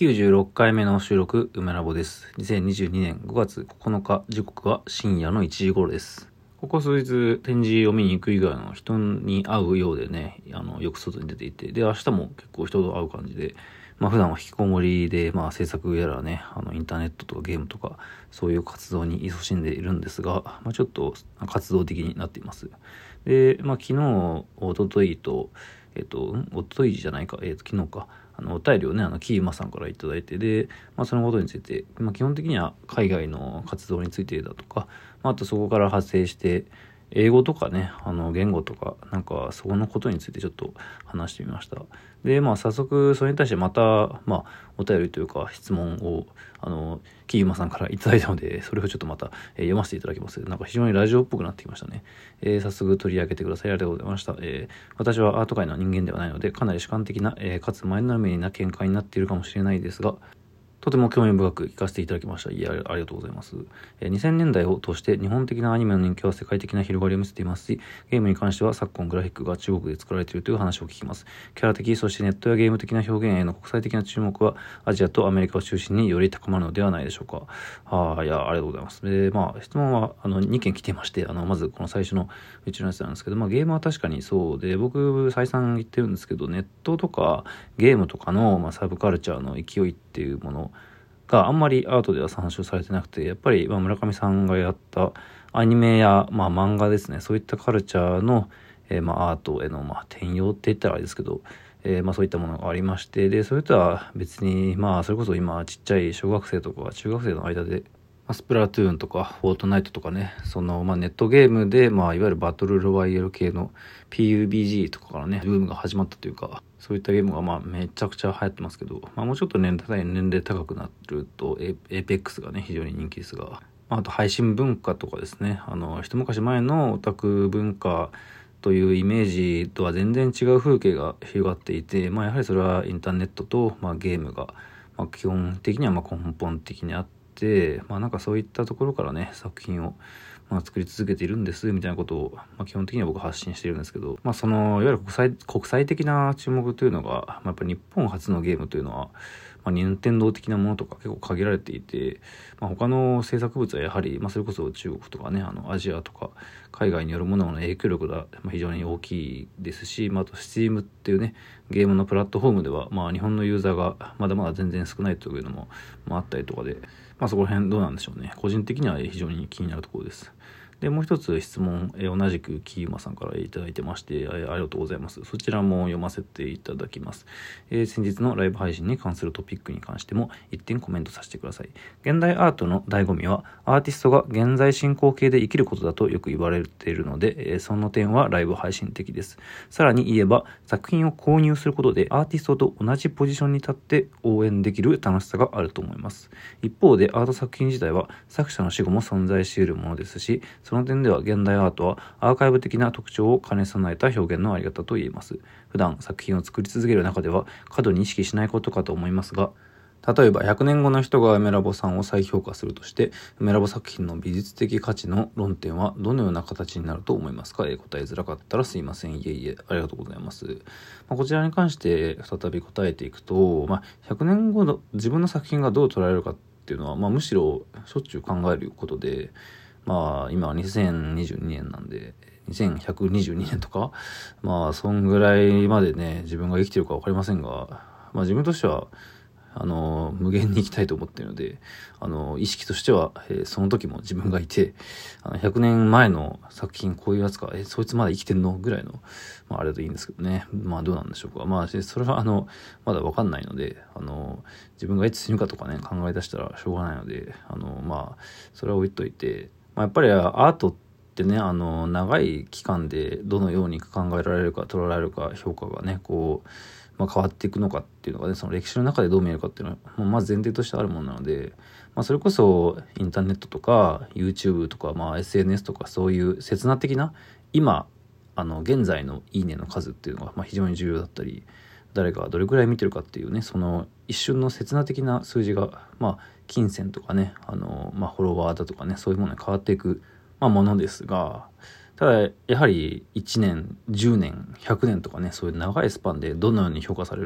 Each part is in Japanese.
96回目の収録、梅ラボです。2022年5月9日、時刻は深夜の1時頃です。ここ数日、展示を見に行く以外の人に会うようでね、よく外に出ていて、で、明日も結構人と会う感じで、普段は引きこもりで、制作やらね、インターネットとかゲームとか、そういう活動に勤しんでいるんですが、ちょっと活動的になっています。で、昨日、一昨日と、一昨日じゃないか、昨日か、お便りをね、キーマさんからいただいて、で、そのことについて、基本的には海外の活動についてだとか、あとそこから派生して、英語とかね、言語とか、そこのことについてちょっと話してみました。で、早速、それに対してまた、お便りというか、質問を、キーマさんからいただいたので、それをちょっとまた、読ませていただきます。非常にラジオっぽくなってきましたね。早速取り上げてください。ありがとうございました。私はアート界の人間ではないので、かなり主観的な、かつ前のめりな見解になっているかもしれないですが、とても興味深く聞かせていただきました。いや、ありがとうございます。2000年代を通して日本的なアニメの人気は世界的な広がりを見せていますし、ゲームに関しては昨今グラフィックが中国で作られているという話を聞きます。キャラ的、そしてネットやゲーム的な表現への国際的な注目はアジアとアメリカを中心により高まるのではないでしょうか。いや、ありがとうございます。で、質問は2件来ていまして、まずこの最初のうちのやつなんですけど、ゲームは確かにそうで、僕再三言ってるんですけど、ネットとかゲームとかの、サブカルチャーの勢いっていうものがあんまりアートでは参照されてなくて、やっぱり村上さんがやったアニメや、漫画ですね、そういったカルチャーの、アートへの、転用って言ったらあれですけど、そういったものがありまして、でそれとは別にそれこそ今ちっちゃい小学生とか中学生の間でスプラトゥーンとかフォートナイトとかね、そのネットゲームでいわゆるバトルロワイヤル系の PUBG とかからねブームが始まったというか、そういったゲームがめちゃくちゃ流行ってますけど、もうちょっと年齢高くなるとエーペックスがね非常に人気ですが、あと配信文化とかですね、一昔前のオタク文化というイメージとは全然違う風景が広がっていて、やはりそれはインターネットと、ゲームが、基本的には根本的にあって、そういったところからね作品を、作り続けているんですみたいなことを、基本的には僕は発信しているんですけど、そのいわゆる国際的な注目というのが、やっぱり日本初のゲームというのは、任天堂的なものとか結構限られていて、他の制作物はやはり、それこそ中国とかね、アジアとか海外によるものの影響力が非常に大きいですし、あと Steam っていうねゲームのプラットフォームでは、日本のユーザーがまだまだ全然少ないというのも、あったりとかで、そこら辺どうなんでしょうね。個人的には非常に気になるところです。で、もう一つ質問、同じくキーマさんからいただいてまして、ありがとうございます。そちらも読ませていただきます。先日のライブ配信に関するトピックに関しても一点コメントさせてください。現代アートの醍醐味は、アーティストが現在進行形で生きることだとよく言われているので、その点はライブ配信的です。さらに言えば、作品を購入することでアーティストと同じポジションに立って応援できる楽しさがあると思います。一方で、アート作品自体は作者の死後も存在し得るものですし、その点では現代アートはアーカイブ的な特徴を兼ね備えた表現のあり方と言えます。普段作品を作り続ける中では過度に意識しないことかと思いますが、例えば100年後の人が梅ラボさんを再評価するとして、梅ラボ作品の美術的価値の論点はどのような形になると思いますか？答えづらかったらすいません。いえいえ、ありがとうございます。こちらに関して再び答えていくと、100年後の自分の作品がどう捉えるかっていうのは、むしろしょっちゅう考えることで、今は2022年なんで、2122年とか、そんぐらいまでね、自分が生きてるか分かりませんが、自分としては、無限に行きたいと思っているので、意識としては、その時も自分がいて、100年前の作品こういうやつか、そいつまだ生きてんのぐらいの、あれだといいんですけどね。どうなんでしょうか。それはまだわかんないので、自分がいつ死ぬかとかね、考え出したらしょうがないので、それは置いといて、やっぱりアートってね、長い期間でどのように考えられるか、捉えられるか、評価がね、変わっていくのかっていうのがね、その歴史の中でどう見えるかっていうのは、まず前提としてあるものなので、それこそインターネットとか YouTube とか、SNS とかそういう刹那的な今現在のいいねの数っていうのが非常に重要だったり、誰がどれくらい見てるかっていうね、その一瞬の刹那的な数字が金銭とかね、フォロワーだとかね、そういうものに変わっていくものですが、ただやはり1年10年100年とかね、そういう長いスパンでどのように評価される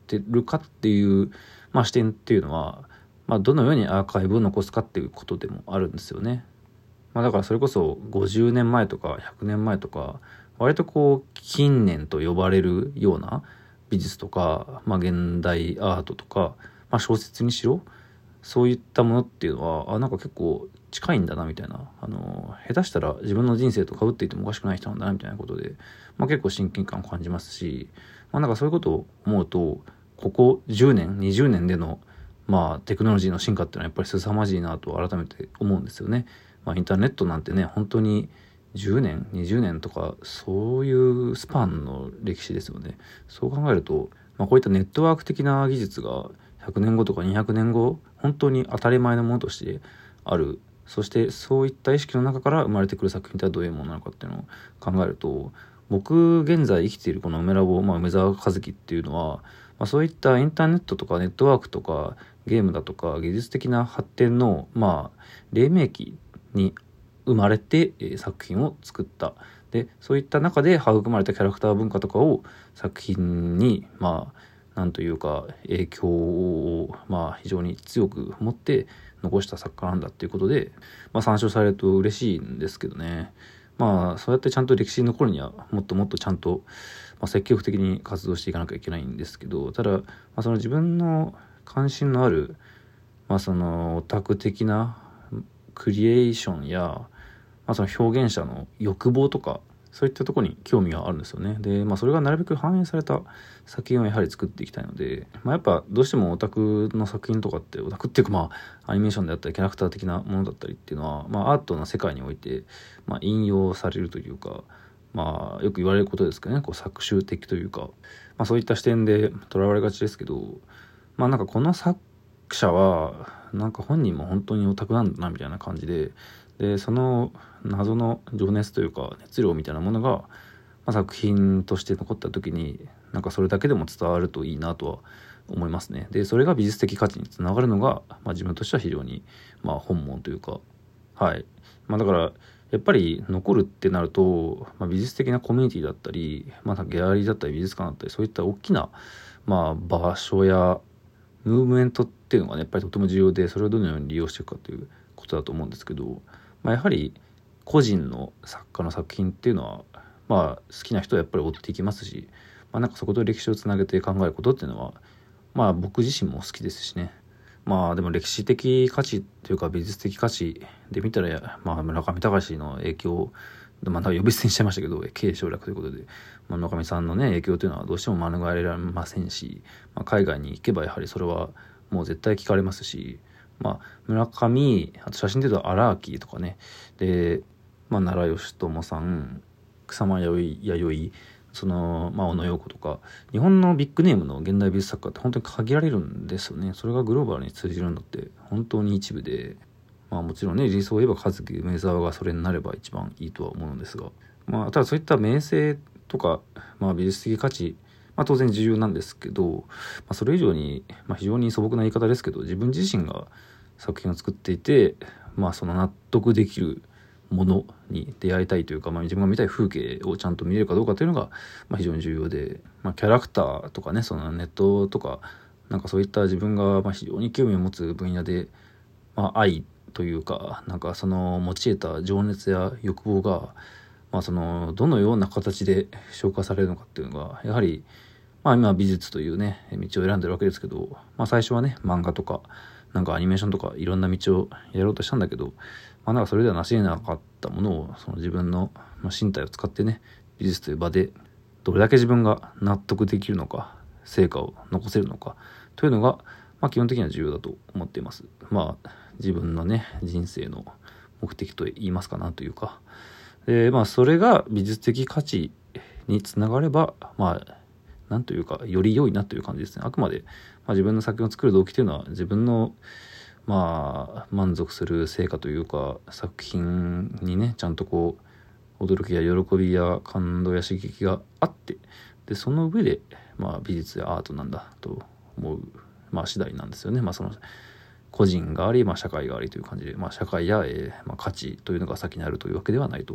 ってるかっていう、視点っていうのは、どのようにアーカイブを残すかっていうことでもあるんですよね。だからそれこそ50年前とか100年前とか、割と近年と呼ばれるような美術とか、現代アートとか、小説にしろ、そういったものっていうのはなんか結構近いんだなみたいな、下手したら自分の人生と被っていてもおかしくない人なんだなみたいなことで、結構親近感を感じますし、なんかそういうことを思うと、ここ10年20年でのテクノロジーの進化っていうのはやっぱり凄まじいなと改めて思うんですよね。インターネットなんてね、本当に10年20年とかそういうスパンの歴史ですよね。そう考えると、こういったネットワーク的な技術が100年後とか200年後本当に当たり前のものとしてある。そしてそういった意識の中から生まれてくる作品ってどういうものなのかっていうのを考えると、僕現在生きているこの梅ラボ、梅沢和樹っていうのは、そういったインターネットとかネットワークとかゲームだとか技術的な発展の黎明期に生まれて、作品を作った。でそういった中で育まれたキャラクター文化とかを作品になんというか影響を非常に強く持って残した作家なんだっていうことで、参照されると嬉しいんですけどね。そうやってちゃんと歴史に残るにはもっともっとちゃんと、積極的に活動していかなきゃいけないんですけど、ただ、その自分の関心のある、そのオタク的なクリエーションや、その表現者の欲望とかそういったところに興味があるんですよね。で、それがなるべく反映された作品をやはり作っていきたいので、やっぱどうしてもオタクの作品とかってオタクっていうかアニメーションであったりキャラクター的なものだったりっていうのは、アートの世界において、引用されるというか、よく言われることですけどね、作集的というか、そういった視点で捉えられがちですけど、なんかこの作者はなんか本人も本当にオタクなんだなみたいな感じで、その謎の情熱というか熱量みたいなものが、作品として残った時になんかそれだけでも伝わるといいなとは思いますね。でそれが美術的価値につながるのが、自分としては非常に本望というか、はい、だからやっぱり残るってなると、美術的なコミュニティだったり、ギャラリーだったり美術館だったり、そういった大きな、場所やムーブメントっていうのがね、やっぱりとても重要で、それをどのように利用していくかということだと思うんですけど、やはり個人の作家の作品っていうのは、好きな人はやっぱり追っていきますし、なんかそこと歴史をつなげて考えることっていうのは、僕自身も好きですしね。でも歴史的価値というか美術的価値で見たら、村上隆の影響、呼び捨てにしちゃいましたけど、継承略ということで、村上さんのね影響というのはどうしても免れられませんし、海外に行けばやはりそれはもう絶対聞かれますし、村上、あと写真で言うと荒木とかね、で、奈良義朝さん、草間彌生、その小野陽子とか、日本のビッグネームの現代美術作家って本当に限られるんですよね。それがグローバルに通じるのって本当に一部で、もちろんね、理想を言えば和樹梅沢がそれになれば一番いいとは思うんですが、ただそういった名声とか、美術的価値、当然重要なんですけど、それ以上に、非常に素朴な言い方ですけど、自分自身が作品を作っていて、その納得できるものに出会いたいというか、自分が見たい風景をちゃんと見れるかどうかというのが、非常に重要で、キャラクターとかね、そのネットとか、なんかそういった自分が非常に興味を持つ分野で、愛というか、なんかその持ち得た情熱や欲望が、そのどのような形で消化されるのかっていうのが、やはり今美術というね道を選んでるわけですけど、最初はね漫画とかなんかアニメーションとかいろんな道をやろうとしたんだけど、なんかそれでは成し得なかったものを、その自分の身体を使ってね、美術という場でどれだけ自分が納得できるのか、成果を残せるのかというのが、基本的には重要だと思っています。自分のね人生の目的と言いますかなというか、でそれが美術的価値につながれば、なんというかより良いなという感じですね。あくまで、自分の作品を作る動機というのは自分の満足する成果というか、作品にねちゃんと驚きや喜びや感動や刺激があって、でその上で、美術やアートなんだと思う、次第なんですよね。その個人があり、社会がありという感じで、社会や、価値というのが先にあるというわけではないと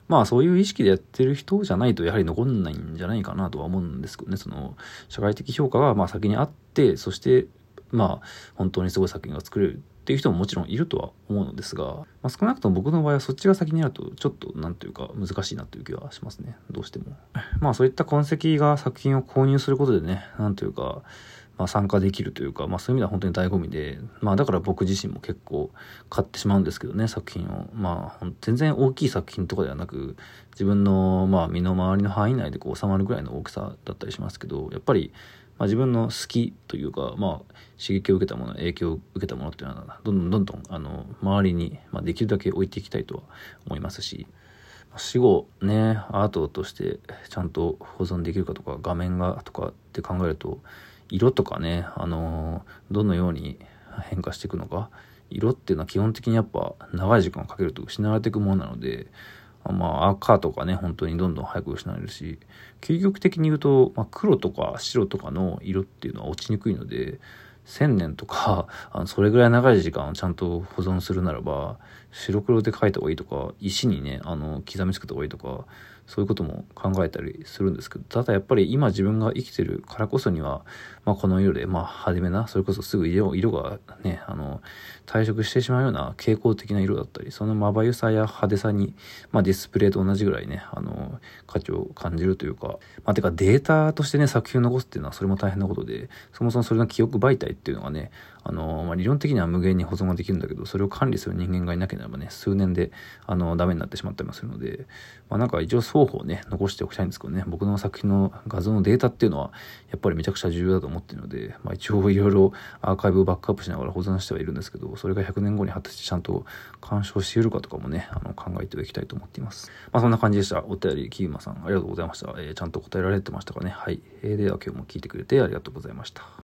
まあそういう意識でやってる人じゃないとやはり残んないんじゃないかなとは思うんですけどね。その社会的評価がまあ先にあって、そしてまあ本当にすごい作品が作れるっていう人ももちろんいるとは思うのですが、まあ、少なくとも僕の場合はそっちが先にあるとちょっとなんというか難しいなという気はしますね。どうしても。まあそういった痕跡が作品を購入することでね、なんというか、まあ、参加できるというか、まあそういう意味では本当に醍醐味で、まあだから僕自身も結構買ってしまうんですけどね、作品を。まあ全然大きい作品とかではなく、自分のまあ身の回りの範囲内でこう収まるぐらいの大きさだったりしますけど、やっぱりまあ自分の好きというか、まあ刺激を受けたもの、影響を受けたものっていうのは、どんどん周りに、まあ、できるだけ置いていきたいとは思いますし、死後ね、アートとしてちゃんと保存できるかとか、画面がとかって考えると、色とかね、どのように変化していくのか、色っていうのは基本的にやっぱ長い時間をかけると失われていくものなので、まあ赤とかね、本当にどんどん早く失われるし、究極的に言うと、まあ、黒とか白とかの色っていうのは落ちにくいので、1000年とかそれぐらい長い時間をちゃんと保存するならば、白黒で描いた方がいいとか、石にね刻みつけた方がいいとか、そういうことも考えたりするんですけど、ただやっぱり今自分が生きてるからこそには、まあ、この色でまあ派手めな、それこそすぐ色がね退色してしまうような傾向的な色だったり、そのまばゆさや派手さに、まあ、ディスプレイと同じぐらいね価値を感じるというか、まあ、てかデータとしてね作品を残すっていうのはそれも大変なことで、そもそもそれの記憶媒体っていうのがねまあ、理論的には無限に保存ができるんだけど、それを管理する人間がいなければね、数年でダメになってしまったりもするので、まあ、なんか一応双方ね残しておきたいんですけどね、僕の作品の画像のデータっていうのはやっぱりめちゃくちゃ重要だと思っているので、まあ、一応いろいろアーカイブをバックアップしながら保存してはいるんですけど、それが100年後に果たしてちゃんと鑑賞し得るかとかもね考えていきたいと思っています。まあそんな感じでした。お便りキーマさんありがとうございました。ちゃんと答えられてましたかね。はい、では今日も聞いてくれてありがとうございました。